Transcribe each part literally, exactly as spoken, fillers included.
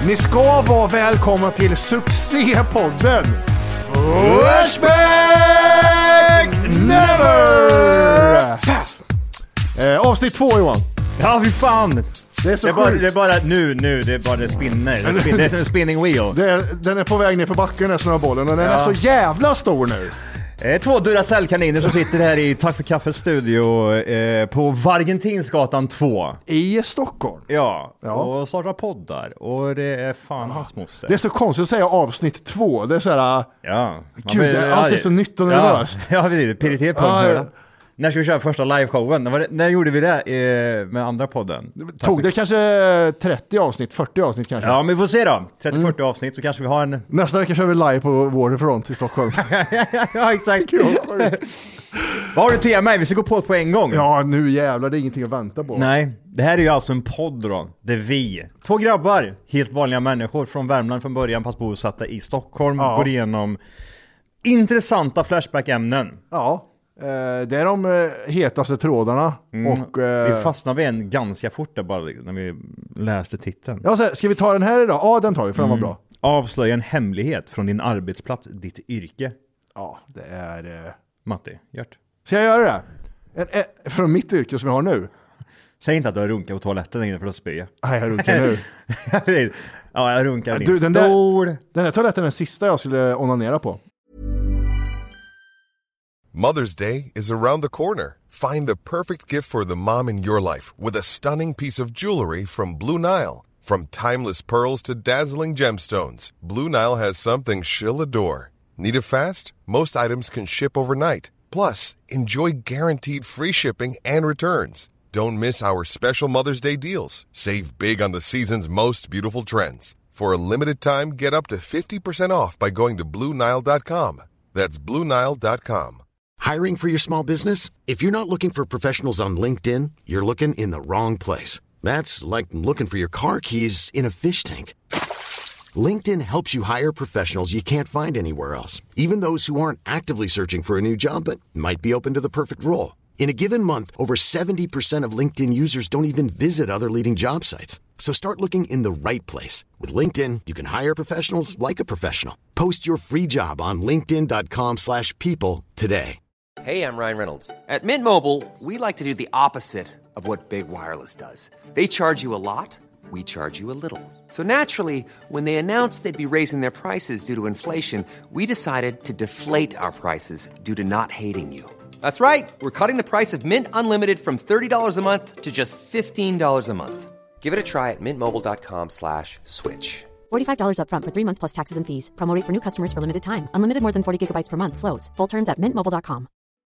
Ni ska vara välkomna till succépodden Flashback Never! Eh, avsnitt två, Johan. Ja, fy fan! Det är så det är, bara, sjukt. det är bara nu, nu, det är bara det spinner. Det är, spin, det är en spinning wheel. Det är, den är på väg ner för backen, den snöbollen, och den Ja. är så jävla stor nu. Eh, två Duracell-kaniner som sitter här i Tack för kaffet studio eh, på Vargentinsgatan två. I Stockholm. Ja, Ja. och startar poddar. Och det är fan hans moster. Det är så konstigt att säga avsnitt två. Det är så här... Ja. Gud, det är alltid så nytt och nervöst. Ja, det är P D T-podd. Ja, ja. När ska vi köra första liveshowen? När, när gjorde vi det eh, med andra podden? Tog det kanske trettio avsnitt, fyrtio avsnitt kanske? Ja, men vi får se då. trettio fyrtio mm. avsnitt så kanske vi har en... Nästa vecka kör vi live på Waterfront i Stockholm. Ja, exakt. Vad har du till mig? Vi ska gå på det på en gång. Ja, nu jävlar, det är ingenting att vänta på. Nej, det här är ju alltså en podd då. Det är vi. Två grabbar, helt vanliga människor från Värmland från början, fast bosatta i Stockholm. Ja. Går igenom intressanta Flashback-ämnen. Ja. Det är de hetaste trådarna. Mm. Och, eh... vi fastnade vid en ganska fort där bara när vi läste titeln. Ja, så här, ska vi ta den här idag? Ja, den tar vi, för mm. den var bra. Avslöja en hemlighet från din arbetsplats, ditt yrke. Ja, det är... Eh... Matti, Gert. Ska jag göra det? En, en, från mitt yrke som jag har nu. Säg inte att du har runkat på toaletten längre för att spy. Nej, jag runkar nu. Ja, jag runkar du, din den stol. Där, den här toaletten är den sista jag skulle onanera på. Mother's Day is around the corner. Find the perfect gift for the mom in your life with a stunning piece of jewelry from Blue Nile. From timeless pearls to dazzling gemstones, Blue Nile has something she'll adore. Need it fast? Most items can ship overnight. Plus, enjoy guaranteed free shipping and returns. Don't miss our special Mother's Day deals. Save big on the season's most beautiful trends. For a limited time, get up to fifty percent off by going to Blue Nile dot com. That's Blue Nile dot com. Hiring for your small business? If you're not looking for professionals on LinkedIn, you're looking in the wrong place. That's like looking for your car keys in a fish tank. LinkedIn helps you hire professionals you can't find anywhere else, even those who aren't actively searching for a new job but might be open to the perfect role. In a given month, over seventy percent of LinkedIn users don't even visit other leading job sites. So start looking in the right place. With LinkedIn, you can hire professionals like a professional. Post your free job on linkedin dot com slash people today. Hey, I'm Ryan Reynolds. At Mint Mobile, we like to do the opposite of what Big Wireless does. They charge you a lot, we charge you a little. So naturally, when they announced they'd be raising their prices due to inflation, we decided to deflate our prices due to not hating you. That's right. We're cutting the price of Mint Unlimited from thirty dollars a month to just fifteen dollars a month. Give it a try at mintmobile.com slash switch. forty-five dollars up front for three months plus taxes and fees. Promo rate for new customers for limited time. Unlimited more than forty gigabytes per month. Slows full terms at mint mobile dot com.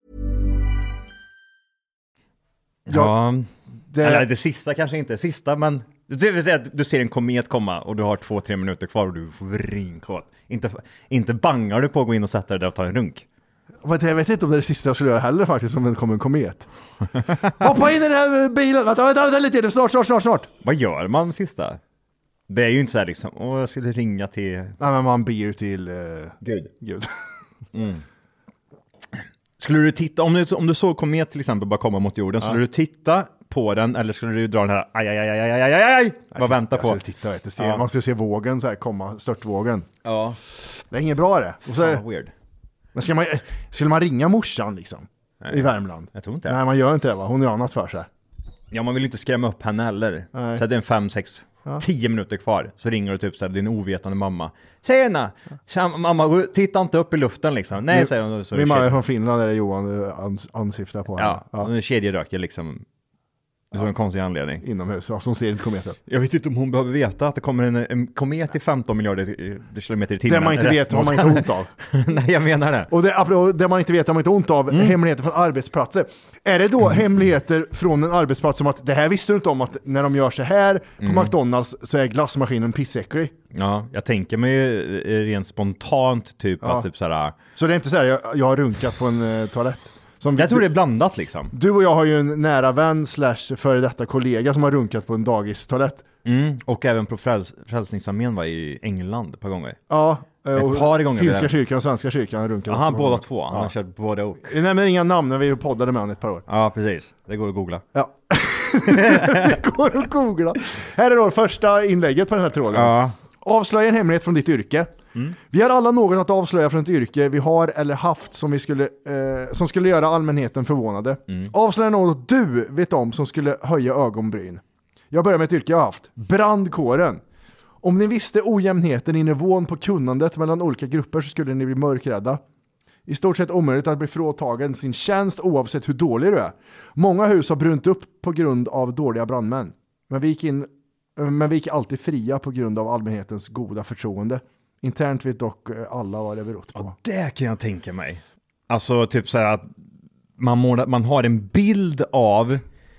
Ja, det... Eller det sista kanske inte, sista, men det vill säga att du ser en komet komma och du har två, tre minuter kvar och du får rinkåt. Inte, inte bangar du på att gå in och sätta dig där och ta en runk. Jag vet inte om det är det sista jag skulle göra heller faktiskt, om det kommer en komet. Hoppa in i den här bilen, vänta, vänta, vänta lite, snart, snart, snart, snart. Vad gör man sista? Det är ju inte så här liksom, åh jag skulle ringa till... Nej, men man ber ju till... Uh... Gud. Gud. Mm. Skulle du titta, om du, om du såg komet till exempel bara komma mot jorden, ja. Skulle du titta på den eller skulle du dra den här aj aj aj aj aj aj aj aj vad vänta på? Jag titta, vet du, se, ja. Man ska se vågen så här komma, störtvågen. Ja. Det är inget bra det. Och så, ja, weird. Men ska man, skulle man ringa morsan liksom? Nej, i Värmland? Jag tror inte det. Nej, man gör inte det va? Hon har annat för sig. Ja, man vill inte skrämma upp henne heller. Nej. Så det är en fem, sex, ja. tio minuter kvar. Så ringer du typ så här, din ovetande mamma. Tjena! Tjena mamma, titta inte upp i luften liksom. Nej, min, säger hon. Så min mamma är från Finland, där är Johan ans, ansyftar på henne. Ja, ja. Kedjeröker liksom. Det är ja. En konstig anledning. Inomhus, ja, som ser inte kometen. Jag vet inte om hon behöver veta att det kommer en, en komet i femton miljarder kilometer i timmen. Det man inte vet har man inte ont av. Nej, jag menar det. Och det, och det man inte vet har man inte ont av, mm. hemligheter från arbetsplatser. Är det då mm. hemligheter från en arbetsplats som att det här visste du inte om, att när de gör så här på mm. McDonalds så är glassmaskinen pissäcklig? Ja, jag tänker mig rent spontant typ ja. att typ såhär... Så det är inte så här, jag, jag har runkat på en uh, toalett. Som jag tror du, det är blandat liksom. Du och jag har ju en nära vän slash före detta kollega som har runkat på en dagistoalett. Mm, och även på fräls, Frälsningsarmén var i England ett par gånger. Ja. Ett par gånger. Finska kyrkan och svenska kyrkan har runkat. Ja, han båda två. Han ja. har kört båda och. Nej, men inga namn när vi poddade med honom ett par år. Ja, precis. Det går att googla. Ja. Det går att googla. Här är då första inlägget på den här tråden. Ja. Avslöja en hemlighet från ditt yrke. Mm. Vi har alla något att avslöja från ett yrke vi har eller haft som, vi skulle, eh, som skulle göra allmänheten förvånade. Mm. Avslöja något du vet om som skulle höja ögonbryn. Jag börjar med ett yrke jag har haft. Brandkåren. Om ni visste ojämnheten i nivån på kunnandet mellan olika grupper så skulle ni bli mörkrädda. I stort sett omöjligt att bli fråtagen sin tjänst oavsett hur dålig du är. Många hus har brunnit upp på grund av dåliga brandmän. Men vi gick, in, men vi gick alltid fria på grund av allmänhetens goda förtroende. Internt vet dock alla vad det berott på. Ja, det kan jag tänka mig. Alltså typ så här att man, må, man har en bild av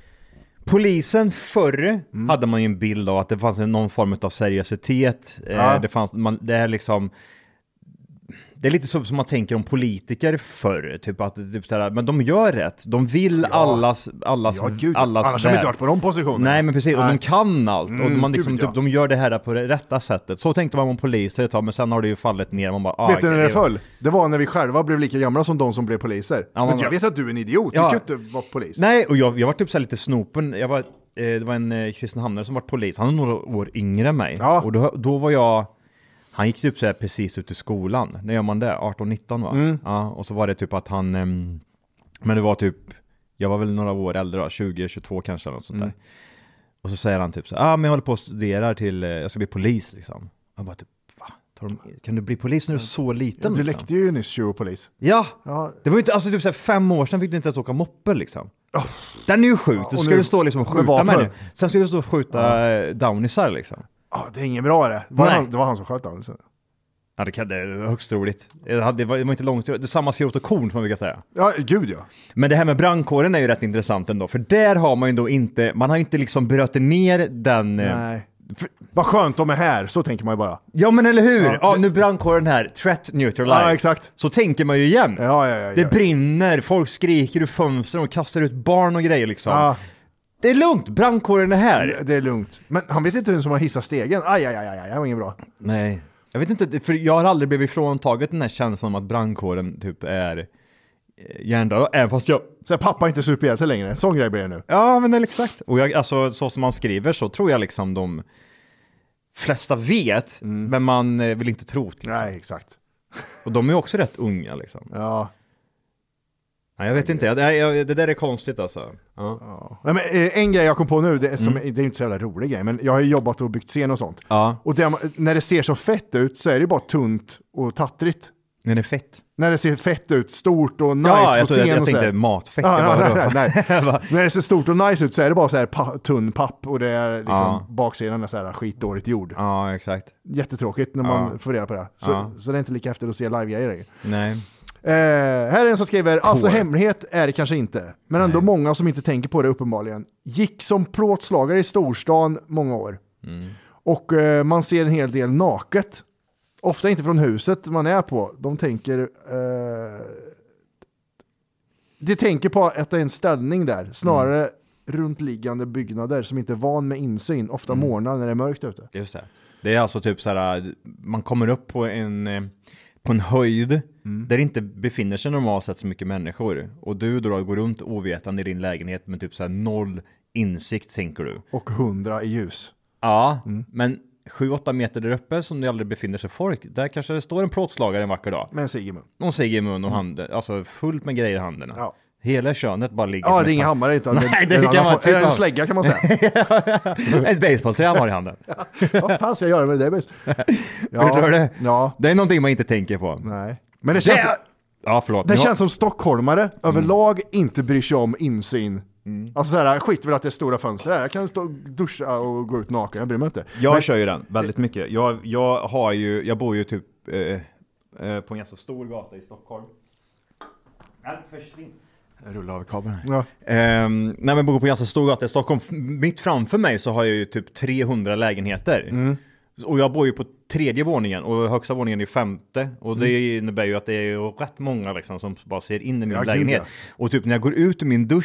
polisen förr mm. hade man ju en bild av att det fanns någon form av seriositet. Ja. Eh, det fanns man, det är liksom det är lite så som man tänker om politiker förr, typ att typ såhär, men de gör rätt. De vill ja. allas allas ja, gud. allas annars har vi inte varit på de positionerna. Nej, men precis, och Nej. de kan allt Mm, och man liksom gud, ja. typ, de gör det här på det rätta sättet. Så tänkte man om poliser ett tag, men sen har det ju fallit ner. Man bara, ah, vet du när det föll? Det var när vi själva blev lika gamla som de som blev poliser. Ja, men jag vet att du är en idiot. Ja. Du kan inte vara polis. Nej, och jag, jag var typ så här lite snopen. Jag var, eh, det var en eh, Kristinehamnare som var polis. Han var några år yngre än mig. Ja. Och då, då var jag han gick typ så här precis ut i skolan. När gör man det? arton nitton va? Mm. Ja, och så var det typ att han um, men det var typ jag var väl några år äldre då, tjugo tjugotvå kanske eller något sånt mm. där. Och så säger han typ så ja ah, men jag håller på att studera till eh, jag ska bli polis liksom. Jag bara typ va? Tar de, kan du bli polis när du är så liten? Ja, du liksom? läckte ju nyss tjugo-polis. Ja. ja. Det var ju inte alltså typ så här, fem år sedan fick du inte ens åka moppe liksom. Oh. Den är ju sjukt. Ja, du ska nu, du stå liksom och skjuta med det. Sen ska du stå och skjuta ja. downisar liksom. Ja, oh, det är inget bra det. Var han, det var han som sköt han. Ja, det, kan, det är högst troligt. Det var, det var inte långt. Det är samma skrot och korn som man brukar säga. Ja, gud ja. Men det här med brandkåren är ju rätt intressant ändå. För där har man ju då inte, man har ju inte liksom bröt ner den... Nej. För, vad skönt de är här, så tänker man ju bara. Ja, men eller hur? Ja, ja nu brandkåren här, threat neutralized. Ja, exakt. Så tänker man ju igen. Ja, ja, ja, det ja. brinner, folk skriker ur fönstren och kastar ut barn och grejer liksom. Ja. Det är lugnt, brandkåren är här. Det är lugnt. Men han vet inte hur som har hissat stegen. Aj, aj, aj, aj, det var inget bra. Nej. Jag vet inte, för jag har aldrig blivit fråntaget den här känslan om att brandkåren typ är hjärndöd, även fast jag... Så pappa är inte superhjälte längre, sån grej blir det nu. Ja, men exakt. Och jag, alltså, så som man skriver så tror jag liksom de flesta vet, mm. men man vill inte tro liksom. Nej, exakt. Och de är också rätt unga liksom. Ja. Nej, jag vet inte, det, jag, det där är konstigt alltså. Ja. Ja. Men, en grej jag kom på nu, det är, som, mm. det är inte så jävla rolig grej, men jag har ju jobbat och byggt scen och sånt. Ja. Och det, när det ser så fett ut så är det bara tunt och tattrigt. När det är fett? När det ser fett ut, stort och nice ja, på scen. Jag, jag och tänkte matfett. Ja, nej, nej, nej. När det ser stort och nice ut så är det bara så här pa- tunn papp och det är liksom ja. baksidan är så här skitdåligt gjord. Ja, exakt. Jättetråkigt när man ja. får reda på det. Så, ja. så det är inte lika häftigt att se live-grejer. Nej. Eh, här är en som skriver, cool. Alltså hemlighet är det kanske inte, men ändå Nej. många som inte tänker på det uppenbarligen. Gick som plåtslagare i storstan många år. Mm. Och eh, man ser en hel del naket. Ofta inte från huset man är på. De tänker eh, de tänker på att det är en ställning där. Snarare mm. runtliggande byggnader som inte är van med insyn. Ofta mm. morgnar när det är mörkt ute. Just det. Det är alltså typ så här, man kommer upp på en... på en höjd mm. där det inte befinner sig normalt sett så mycket människor. Och du då går runt ovetande i din lägenhet med typ så här noll insikt, tänker du. Och hundra i ljus. Ja, mm. men sju åtta meter där uppe som det aldrig befinner sig folk, där kanske det står en plåtslagare en vacker dag. Med en cigg i mun. Någon cigg i mun och mm. hand, alltså fullt med grejer i händerna. Ja. Hela könet bara ligger. Ja, det är ingen hammare inte. Nej, det, det kan man typ en slägga kan man säga. Ett baseballträ han har i handen. Vad fan ska jag göra med det? Ja, Förstår du? Ja. Det är någonting man inte tänker på. Nej. Men det känns, det, ja, förlåt. Det känns som stockholmare mm. överlag inte bryr sig om insyn. Mm. Alltså såhär, skit väl att det är stora fönster där. Jag kan stå duscha och gå ut naken, jag bryr mig inte. Jag Men, kör ju den väldigt mycket. Jag, jag har ju, jag bor ju typ eh, eh, på en ganska stor gata i Stockholm. Nej, försvinn. Jag rullar av kabeln här. Ja. Um, nej, men jag bor på en ganska stor gata i Stockholm. Mitt framför mig så har jag ju typ trehundra lägenheter. Mm. Och jag bor ju på tredje våningen och högsta våningen är femte. Och det mm. innebär ju att det är ju rätt många liksom, som bara ser in i min ja, lägenhet. Gud, ja. Och typ när jag går ut ur min dusch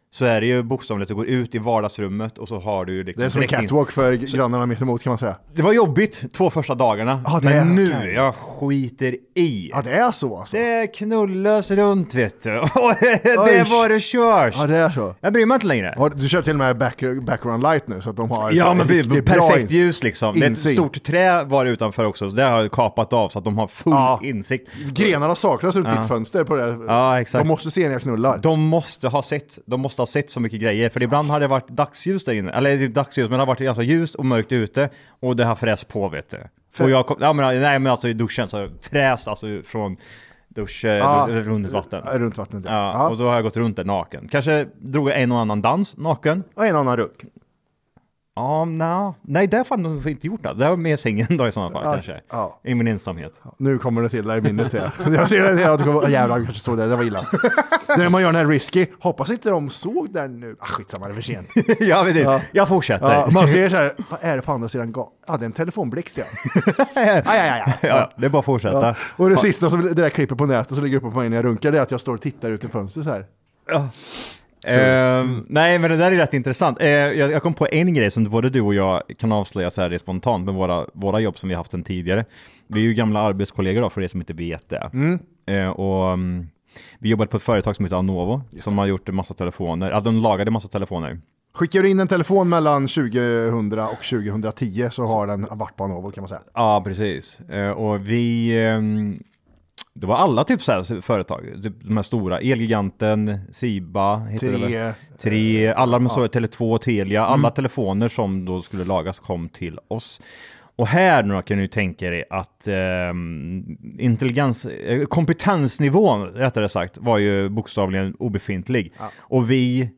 så är det ju bokstavligt att gå ut i vardagsrummet och så har du liksom... Det är som en catwalk för grannarna mitt emot kan man säga. Det var jobbigt två första dagarna, ah, men nu, okay. jag skiter i. Ja, det är så alltså. Det knullas runt, vet du. Det var det körs. Ja, det är så. Jag bryr mig inte längre. Ja, du kör till och med back, background light nu så att de har... Ja, men det perfekt in- ljus liksom. Det är ett stort trä var utanför också, så det har kapat av så att de har full ja. insikt. Grenarna saknas runt ja. ditt fönster på det. Ja, exakt. De måste se när jag knullar. De måste ha sett, de måste ha sett så mycket grejer. För ibland har det varit dagsljus där inne. Eller det är dagsljus, men det har varit ganska ljust och mörkt ute. Och det har fräst på, vet du. För... Och jag kom, ja, men, nej, men alltså i duschen så har det fräst alltså från dusch, ah, runt vatten. Runt vattnet, ja. Ja, ah. Och så har jag gått runt där naken. Kanske drog jag en och annan dans naken. Och en annan ruck. Ja, um, no. nej, det har fan inte gjort det. Det var med sängen då i sådana fall, ja, kanske. Ja. I min ensamhet. Ja, nu kommer det till dig i minnet, jag. Jag ser det, jag kommer, jävlar, kanske såg det, det var illa. När man gör den här risky, hoppas inte de såg den nu. Ah, skitsamma, det är för sent. Ja, vet du, ja. Jag fortsätter. Ja, man ser så här, vad är det på andra sidan? Ja, ah, det är en telefonblixt, ja. aj, aj, aj, aj. Ja, det är bara att fortsätta. Ja. Och det ja. sista som det där klippet på nätet som ligger uppe på mig när jag runkar, det är att jag står och tittar ut i fönstret så här. Ja. Uh, nej, men det där är rätt intressant. Uh, jag, jag kom på en grej som både du och jag kan avslöja så här spontant med våra, våra jobb som vi har haft sedan tidigare. Vi är ju gamla arbetskollegor då, för er som inte vet det. Mm. Uh, och um, vi jobbade på ett företag som heter Anovo som har gjort en massa telefoner. Alltså de lagade en massa telefoner. Skickar du in en telefon mellan tjugohundra och tjugohundratio så har den varit på Anovo, kan man säga. Ja, precis. Uh, och vi... Um, Det var alla typ så här företag, typ de här stora, Elgiganten, Siba, heter Tre, det Tre, alla de stora, Tele två, Telia, alla mm. telefoner som då skulle lagas kom till oss. Och här nu kan ni tänka er att eh, intelligens, eh, kompetensnivån rättare sagt var ju bokstavligen obefintlig. Ja. Och vi...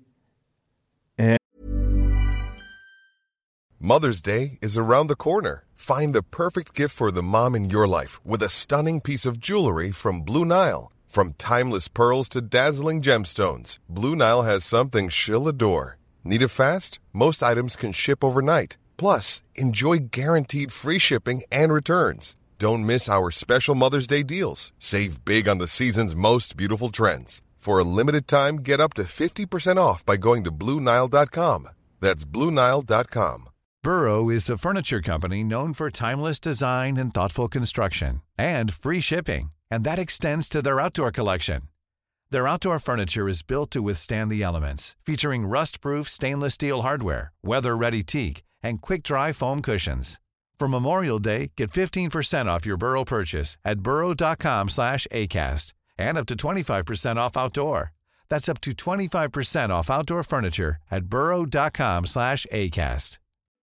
Mother's Day is around the corner. Find the perfect gift for the mom in your life with a stunning piece of jewelry from Blue Nile. From timeless pearls to dazzling gemstones, Blue Nile has something she'll adore. Need it fast? Most items can ship overnight. Plus, enjoy guaranteed free shipping and returns. Don't miss our special Mother's Day deals. Save big on the season's most beautiful trends. For a limited time, get up to fifty percent off by going to Blue Nile dot com. That's Blue Nile dot com. Burrow is a furniture company known for timeless design and thoughtful construction, and free shipping, and that extends to their outdoor collection. Their outdoor furniture is built to withstand the elements, featuring rust-proof stainless steel hardware, weather-ready teak, and quick-dry foam cushions. For Memorial Day, get fifteen percent off your Burrow purchase at burrow dot com slash acast, and up to twenty-five percent off outdoor. That's up to twenty-five percent off outdoor furniture at burrow dot com slash acast.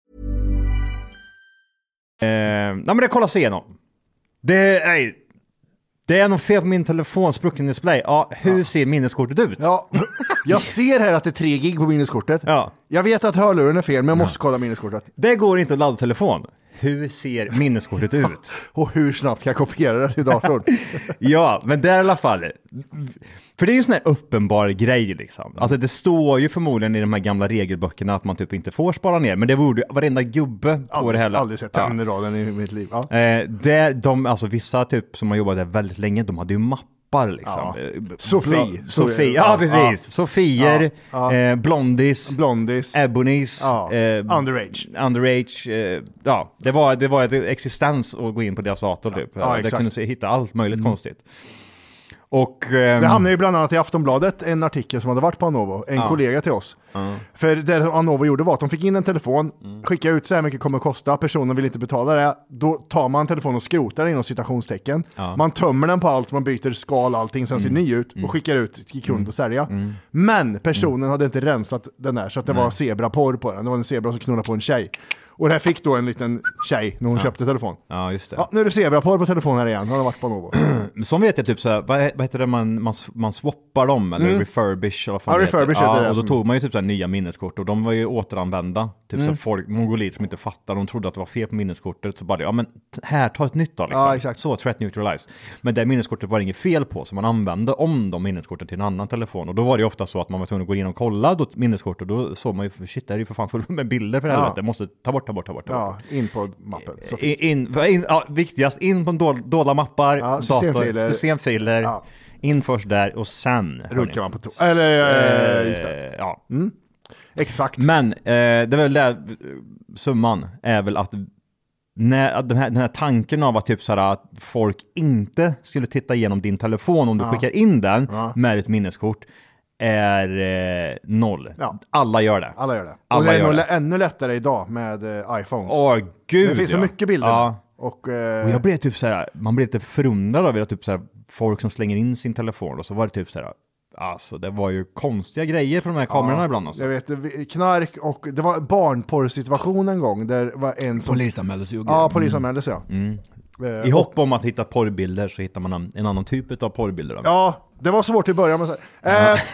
Eh, nej men det kollas igenom. Det är, det är något fel på min telefon, sprucken display. Ja, hur ja. ser minneskortet ut? Ja, jag ser här att det är tre gig på minneskortet. Ja. Jag vet att hörluren är fel, men jag måste ja. kolla minneskortet. Det går inte att ladda telefon. Hur ser minneskortet ut? Och hur snabbt kan jag kopiera det till datorn? Ja, men det är i alla fall... För det är ju en sån här uppenbar grej liksom. Alltså det står ju förmodligen i de här gamla regelböckerna att man typ inte får spara ner. Men det vore varenda gubbe på aldrig, det hela. Aldrig sett den ja. raden i mitt liv. Ja. Eh, det, de, alltså vissa typ som har jobbat där väldigt länge, de hade ju mappar liksom. Ja. Sofie. Sofie, ja, ja precis. Ja. Sofier, ja. Ja. Eh, Blondis, Blondis, Ebonies, ja. eh, underage. Underage, eh, ja. Det var, det var ett existens att gå in på deras dator typ. Ja. Ja, det kunde se, hitta allt möjligt mm. konstigt. Och, um... det hamnade ju bland annat i Aftonbladet en artikel som hade varit på Anovo, en ja. kollega till oss. Mm. För det Anovo gjorde var att de fick in en telefon, mm. skicka ut så här mycket kommer kosta, personen vill inte betala det, då tar man telefonen och skrotar den inom citationstecken. Ja. Man tömmer den på allt, man byter skal, allting, sen ser mm. ny ut och mm. skickar ut till kund och sälja. Mm. Men personen mm. hade inte rensat den där så att det Nej. var zebraporr på den. Det var en zebra som knullade på en tjej. Och det här fick då en liten tjej när hon ja. köpte telefon. Ja, just det. Ja, nu är det zebraporr på telefonen här igen. Har det varit på något? Som vet jag typ så här, vad, vad heter det man, man, man swappar dem eller mm. refurbish eller vad fan ja, det refurbish heter. Ja, det och då som... tog man ju typ så här nya minneskort och de var ju återanvända. Typ mm. så folk, mongolit som inte fattar, de trodde att det var fel på minneskortet så bara, ja men här, ta ett nytt då liksom. Ja, exakt. Så, threat neutralize. Men det minneskortet var inget fel på så man använde om de minneskortet till en annan telefon. Och då var det ju ofta så att man var tvungen att gå in och kolla då minneskortet och då såg man ju, shit det är ju för fan fullt med bilder för helvete. Ja. Måste ta bort, ta bort, ta bort. Ta bort. Ja. In på mappen. In, in, in, ja, viktigast, in på dolda mappar, ja, systemfiler. Dator, systemfiler. Ja. In först där och sen runkar man på to- Eller, äh, just det. Ja. Mm. Exakt. Men eh, det är väl där summan är väl att när, den, här, den här tanken av att typ så här, att folk inte skulle titta igenom din telefon om du ja. skickar in den ja. med ett minneskort är eh, noll. Ja. Alla gör det. Alla gör det. Alla och det är nog det. ännu lättare idag med eh, iPhones. Åh gud. Det finns så ja. mycket bilder. Ja. Och, eh... och jag blev typ så här, man blir lite förundrad över att typ så här, folk som slänger in sin telefon och så var det typ så här. Alltså det var ju konstiga grejer på de här kamerorna ja, ibland alltså. Jag vet, knark och det var barnporrsituation en gång där var en som... Polisanmäldes ju. Ja, polisanmäldes ja. Mm. I hopp om att hitta porrbilder så hittar man en, en annan typ av porrbilder. Ja, det var svårt i början. Men så, eh, eh,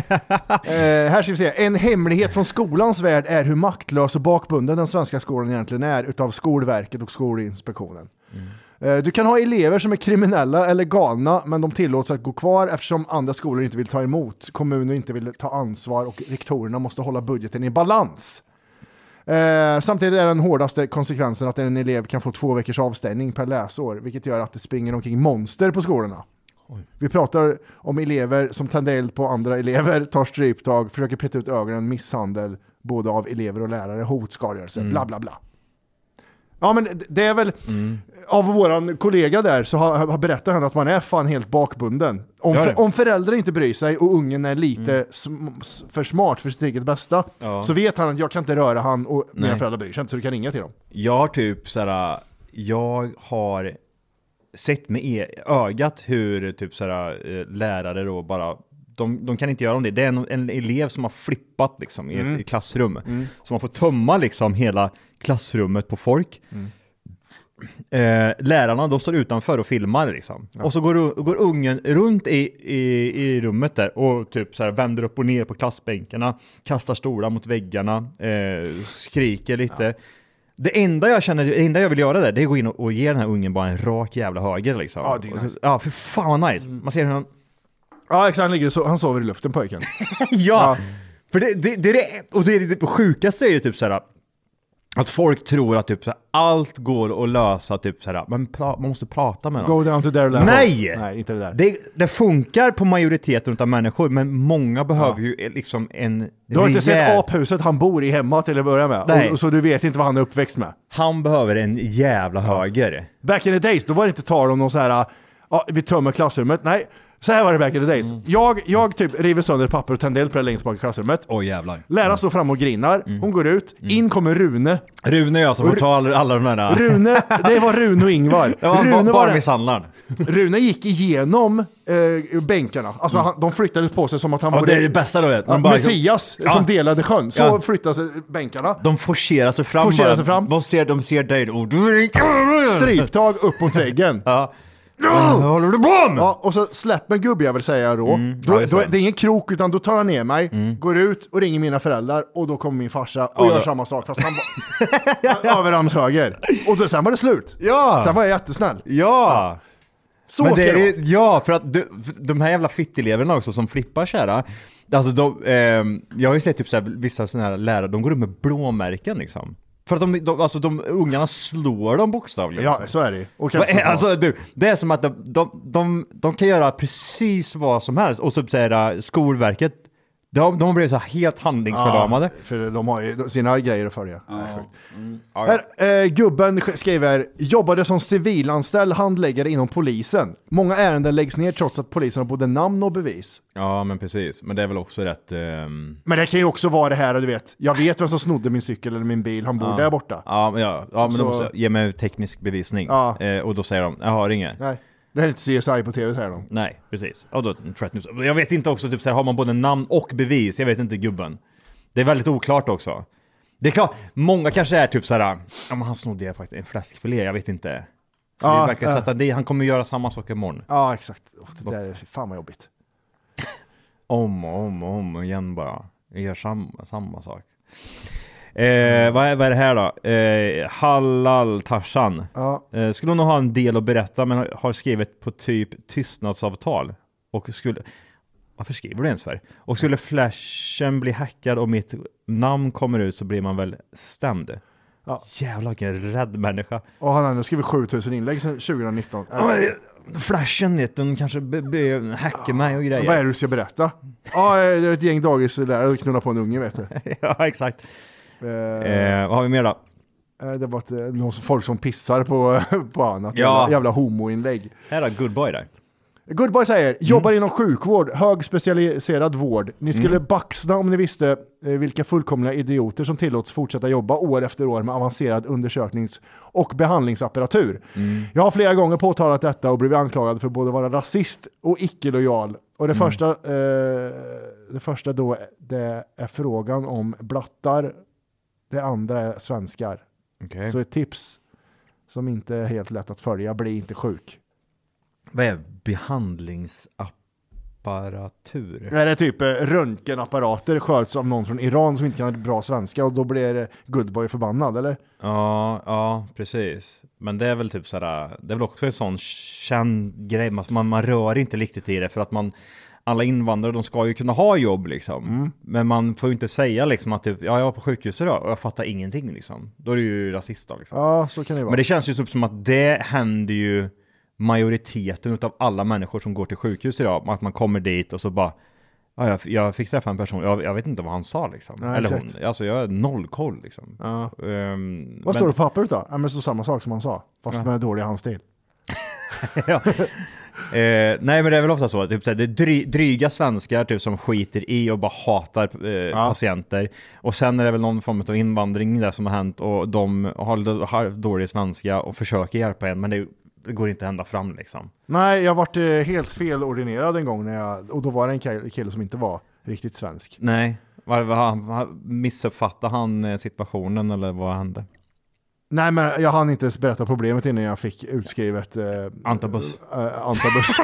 här ska vi se. En hemlighet från skolans värld är hur maktlös och bakbunden den svenska skolan egentligen är utav Skolverket och Skolinspektionen. Mm. Eh, du kan ha elever som är kriminella eller galna, men de tillåts att gå kvar eftersom andra skolor inte vill ta emot. Kommuner inte vill ta ansvar och rektorerna måste hålla budgeten i balans. Eh, samtidigt är den hårdaste konsekvensen att en elev kan få två veckors avstängning per läsår, vilket gör att det springer omkring monster på skolorna. Oj. Vi pratar om elever som tänder eld på andra elever, tar stryptag, försöker peta ut ögonen, misshandel både av elever och lärare, hotskadegörelse, mm. bla bla bla. Ja, men det är väl mm. av våran kollega där så har, har berättat han att man är fan helt bakbunden. Om, för, om föräldrar inte bryr sig och ungen är lite mm. sm- för smart för sitt eget bästa ja. så vet han att jag kan inte röra han och Nej. mina föräldrar bryr sig inte så du kan ringa till dem. Jag har typ såhär, jag har sett med e- ögat hur typ såhär lärare då bara De, de kan inte göra om det. Det är en, en elev som har flippat liksom, i ett mm. i klassrum. Mm. Så man får tömma liksom, hela klassrummet på folk. Mm. Eh, lärarna de står utanför och filmar. Liksom. Ja. Och så går, går ungen runt i, i, i rummet där och typ, så här, vänder upp och ner på klassbänkarna. Kastar stolar mot väggarna. Eh, skriker lite. Ja. Det enda jag känner, det enda jag vill göra där, det är att gå in och, och ge den här ungen bara en rak jävla höger. Liksom. Ja, det är nice. Ja, för fan vad nice. Mm. Man ser hur han... Ja, exakt. Han, ligger så, han sover i luften, pojken. ja, ja, för det, det, det är det, och det är det sjukaste är ju typ såhär att folk tror att typ såhär, allt går att lösa typ såhär, men pra, man måste prata med dem. Go down to their level. Nej! Nej, inte det där. Det, det funkar på majoriteten av människor, men många behöver ja. ju liksom en Du har rejäl... inte sett aphuset han bor i hemma till att börja med. Nej. Och, så du vet inte vad han är uppväxt med. Han behöver en jävla höger. Back in the days, då var det inte tal om någon så här, ja, vi tömmer klassrummet. Nej. Så här var det back in the days. Mm. Jag, jag typ river sönder papper och tänder eld på det längst bak i klassrummet. Oj jävlar. Läraren står fram och grinar. Mm. Hon går ut. Mm. In kommer Rune. Rune ja, som får ta alla, alla de där. Rune, det var Rune och Ingvar. Det var Rune bara misshandlaren. Rune gick igenom eh, bänkarna. Alltså mm. han, de flyttade på sig som att han ja, var det är det bästa då vet. Ja, bara, Messias ja. som delade sjön. Så ja. flyttade sig bänkarna. De forcerar sig fram. Forcerar sig fram. De ser, de ser dig och stryptag upp mot väggen. Ja. Vad håller du på med? Ja, och så släpper gubbe jag vill säga då. Mm, då, då det är ingen krok utan då tar han ner mig, mm. går ut och ringer mina föräldrar och då kommer min farsa och ja, gör då. samma sak fast han bara överarms höger. Och då, sen var det slut. Ja. Sen var jag jättesnäll. Ja. ja. Så men ska det det är, ja, för att de, de här jävla fitteleverna också som flippar kära. Alltså de, eh, jag har ju sett typ så här, vissa sådana här lärare, de går upp med blåmärken liksom. För att de, de, alltså de ungarna slår dem bokstavligen. Ja, så är det. Och alltså, du, det är som att de, de, de, de kan göra precis vad som helst. Och så säger Skolverket, de, de blir så helt handlingsförlamade. Ja, för de har ju sina grejer att följa. Ja. Mm. Ja, ja. Här, eh, gubben skriver, jobbade som civilanställd handläggare inom polisen. Många ärenden läggs ner trots att polisen har både namn och bevis. Ja, men precis. Men det är väl också rätt... Um... Men det kan ju också vara det här, du vet. Jag vet vem som snodde min cykel eller min bil. Han bor ja. där borta. Ja, men, ja. ja, men så... då måste jag ge mig teknisk bevisning. Ja. Eh, och då säger de, jag har inget. Nej. Det här är inte C S I på tv, säger de. Nej, precis. Och då, jag vet inte också, typ så här, har man både namn och bevis? Jag vet inte, gubben. Det är väldigt oklart också. Det är klart, många kanske är typ så här, ja men han snodde faktiskt en fläskfilé, jag vet inte. Ja, det verkar ja. sätta det, han kommer göra samma sak imorgon. Ja, exakt. Oh, det där är fan vad jobbigt. om och om och om igen bara. Jag gör samma, samma sak. Eh, vad, är, vad är det här då? Eh, Halal Tarzan. Ja. Eh, skulle nog ha en del att berätta, men har skrivit på typ tystnadsavtal. Och skulle... Varför skriver du ens för? Och skulle flashen bli hackad och mitt namn kommer ut så blir man väl stämd. Ja. Jävlar vilken rädd människa. Och han har skrivit sjutusen inlägg sedan tjugonitton. Ja, Flashen, vet den kanske be- be- hackar mig och grejer. Vad är det du ska berätta? Ja, det är ett gäng dagislärare och knulla på en unge, vet du. Ja, exakt. Eh, Eh, vad har vi mer då? eh, det var ett, eh, någon som, folk som pissar på, på annat. Ja. Jävla, jävla homoinlägg. Här är Good Boy där. Goodboy säger, jobbar inom sjukvård, högspecialiserad vård. Ni skulle mm. baxna om ni visste eh, vilka fullkomliga idioter som tillåts fortsätta jobba år efter år med avancerad undersöknings- och behandlingsapparatur. Mm. Jag har flera gånger påtalat detta och blivit anklagad för både vara rasist och icke-lojal. Och det, mm. första, eh, det första då det är frågan om blattar, det andra är svenskar. Okay. Så ett tips som inte är helt lätt att följa, bli inte sjuk. Vad är behandlingsapparatur? Det är typ röntgenapparater sköts av någon från Iran som inte kan bra svenska och då blir Goodboy förbannad, eller? Ja, ja, precis. Men det är väl typ sådär, det är väl också en sån känd grej, man, man rör inte riktigt i det för att man, alla invandrare, de ska ju kunna ha jobb liksom. Mm. Men man får ju inte säga liksom att typ, ja, jag var på sjukhus idag och jag fattar ingenting liksom. Då är det ju rasist då, liksom. Ja, så kan det vara. Men det känns ju typ som att det händer ju majoriteten av alla människor som går till sjukhus idag, att man kommer dit och så bara, ja, jag, jag fick träffa en person, jag, jag vet inte vad han sa liksom. Nej, eller hon, alltså jag har noll koll liksom. Ja. Um, vad men... står det på pappret då? Ja, men så samma sak som han sa, fast ja. med dålig handstil. Ja. Eh, nej, men det är väl ofta så typ, det är dry, dryga svenskar typ, som skiter i och bara hatar eh, ja. patienter, och sen är det väl någon form av invandring där som har hänt och de har, har dålig svenska och försöker hjälpa en, men det, det går inte ända fram liksom. Nej, jag varit eh, helt felordinerad en gång när jag, och då var det en kille som inte var riktigt svensk. Nej, var, var, missuppfattade han situationen eller vad hände? Nej, men jag hann inte ens berätta problemet innan jag fick utskrivet eh, Antabus. Äh, antabus.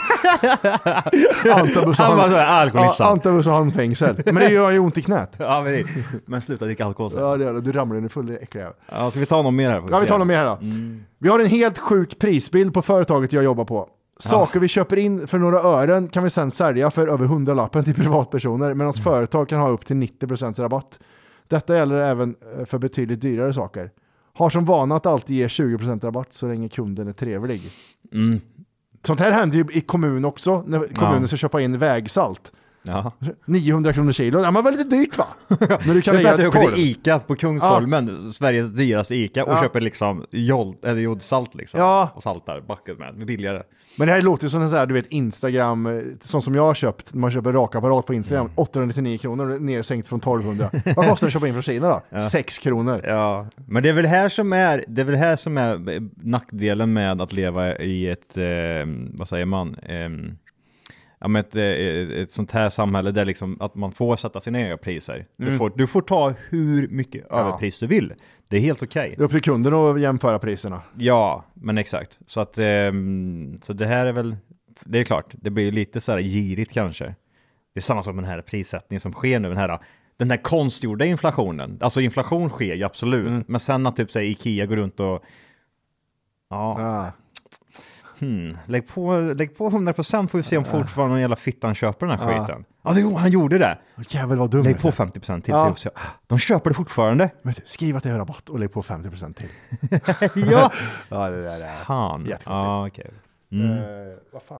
Antabus och han var han, så alkoholisten. Ja, antabus och handfängsel. Men det gör ju ont i knät. Ja, men, men sluta dricka alkohol så. Ja, det är det. Du ramlar in i full äckliga. Ja, ska vi ta någon mer här? Ja, vi tar någon mer här då. Mm. Vi har en helt sjuk prisbild på företaget jag jobbar på. Saker ja. vi köper in för några ören kan vi sen sälja för över hundra lappen till privatpersoner, medan mm. företag kan ha upp till nittio procent rabatt. Detta gäller även för betydligt dyrare saker. Har som vana att alltid ge tjugo procent rabatt så länge kunden är trevlig. Mm. Sånt här händer ju i kommun också, när kommunen ja. ska köpa in vägsalt. Ja. niohundra kronor kilo. Ja, men var lite dyrt va? När du kan lägga ett till Ica på Kungsholmen, ja. Sveriges dyraste Ica, och ja. köper liksom jod, eller jodsalt liksom. Ja. Och saltar backet med, med billigare. Men det här låter som en sån här, du vet, Instagram, sån som jag har köpt, man köper rakapparat på Instagram, mm. åttahundranittionio kronor, nedsänkt från tolvhundra. Vad kostar det att köpa in från Kina då? Ja. sex kronor. Ja, men det är väl här som är, det är väl här som är nackdelen med att leva i ett, eh, vad säger man, eh, ja, men ett, ett, ett sånt här samhälle där liksom att man får sätta sina egna priser. Du, mm. får, du får ta hur mycket ja. överpris du vill. Det är helt okej. Okay. Det är upp till kunden att jämföra priserna. Ja, men exakt. Så att um, så det här är väl, det är klart, det blir lite så här girigt kanske. Det är samma som den här prissättningen som sker nu, den här, den här konstgjorda inflationen. Alltså inflation sker ju absolut, mm. men sen att typ så här, Ikea går runt och ja. Ah. Hmm. Lägg på, lägg på hundra procent får vi se om fortfarande någon jävla fittan köper den här ja. skiten. Alltså jo, han gjorde det. Jävlar vad dumt. Lägg på femtio procent till. Ja. De köper det fortfarande. Men skriv att det är rabatt och lägg på femtio procent till. Ja. Ja, det där är han. Ja, okej. Okay. Mm. Uh, vad fan?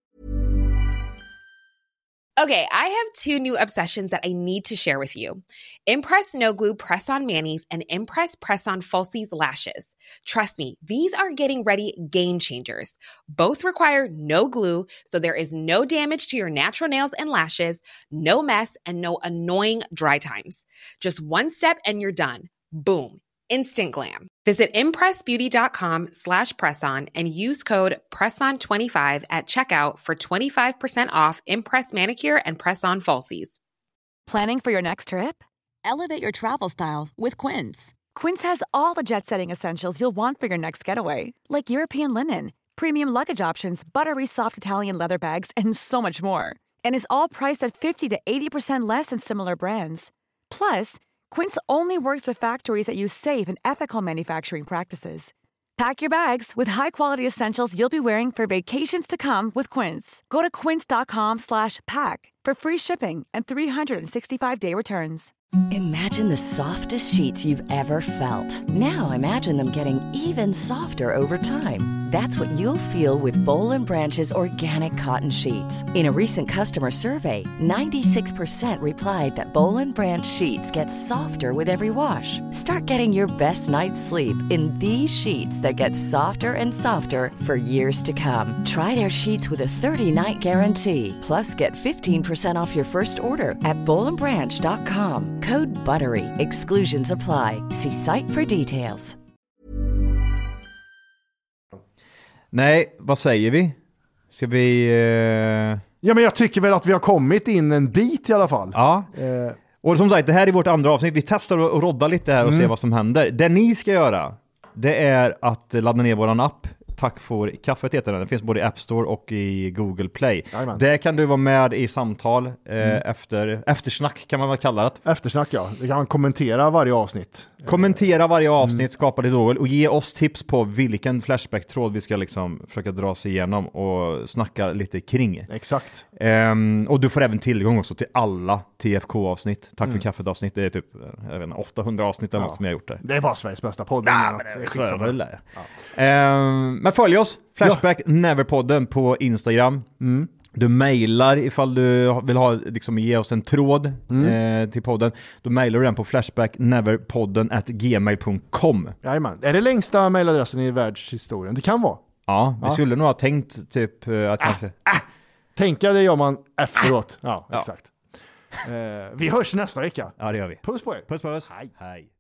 Okay, I have two new obsessions that I need to share with you. Impress No Glue Press-On Manis and Impress Press-On Falsies Lashes. Trust me, these are getting ready game changers. Both require no glue, so there is no damage to your natural nails and lashes, no mess, and no annoying dry times. Just one step and you're done. Boom. Instant glam. Visit impressbeauty.com slash presson and use code presson twenty-five at checkout for twenty-five percent off Impress manicure and press-on falsies. Planning for your next trip? Elevate your travel style with Quince. Quince has all the jet-setting essentials you'll want for your next getaway, like European linen, premium luggage options, buttery soft Italian leather bags, and so much more. And is all priced at fifty to eighty percent less than similar brands. Plus, Quince only works with factories that use safe and ethical manufacturing practices. Pack your bags with high-quality essentials you'll be wearing for vacations to come with Quince. Go to quince.com slash pack for free shipping and three sixty-five day returns. Imagine the softest sheets you've ever felt. Now imagine them getting even softer over time. That's what you'll feel with Boll and Branch's organic cotton sheets. In a recent customer survey, ninety-six percent replied that Boll and Branch sheets get softer with every wash. Start getting your best night's sleep in these sheets that get softer and softer for years to come. Try their sheets with a thirty-night guarantee. Plus, get fifteen percent off your first order at boll and branch dot com. Code BUTTERY. Exclusions apply. See site for details. Nej, vad säger vi? Ska vi... Uh... Ja, men jag tycker väl att vi har kommit in en bit i alla fall. Ja. Uh... Och som sagt, det här är vårt andra avsnitt. Vi testar att rodda lite här och mm. se vad som händer. Det ni ska göra, det är att ladda ner våran app. Tack för kaffet heter den. Den finns både i App Store och i Google Play. Jajamän. Där kan du vara med i samtal eh, mm. efter eftersnack kan man väl kalla det. Eftersnack, ja. Du kan kommentera varje avsnitt. Kommentera varje avsnitt, mm. skapa lite ord och ge oss tips på vilken Flashback-tråd vi ska liksom försöka dra oss igenom och snacka lite kring. Exakt. Um, och du får även tillgång också till alla T F K-avsnitt. Tack mm. för kaffet-avsnitt. Det är typ jag vet inte, åttahundra avsnitt eller ja. något som jag har gjort där. Det är bara Sveriges bästa podd. Nah, men det är det är ja. um, Men följ oss, Flashback ja. Never-podden på Instagram. Mm. Du mejlar ifall du vill ha, liksom, ge oss en tråd mm. eh, till podden. Då mejlar du den på flashbackneverpodden at gmail punkt com. Jajamän. Är det längsta mejladressen i världshistorien? Det kan vara. Ja, vi ja. skulle nog ha tänkt typ att ah, kanske... Ah, tänka det gör man efteråt. Ja, ja. Exakt. eh, vi hörs nästa vecka. Ja, det gör vi. Puss på er. Puss på oss. Hej. Hej.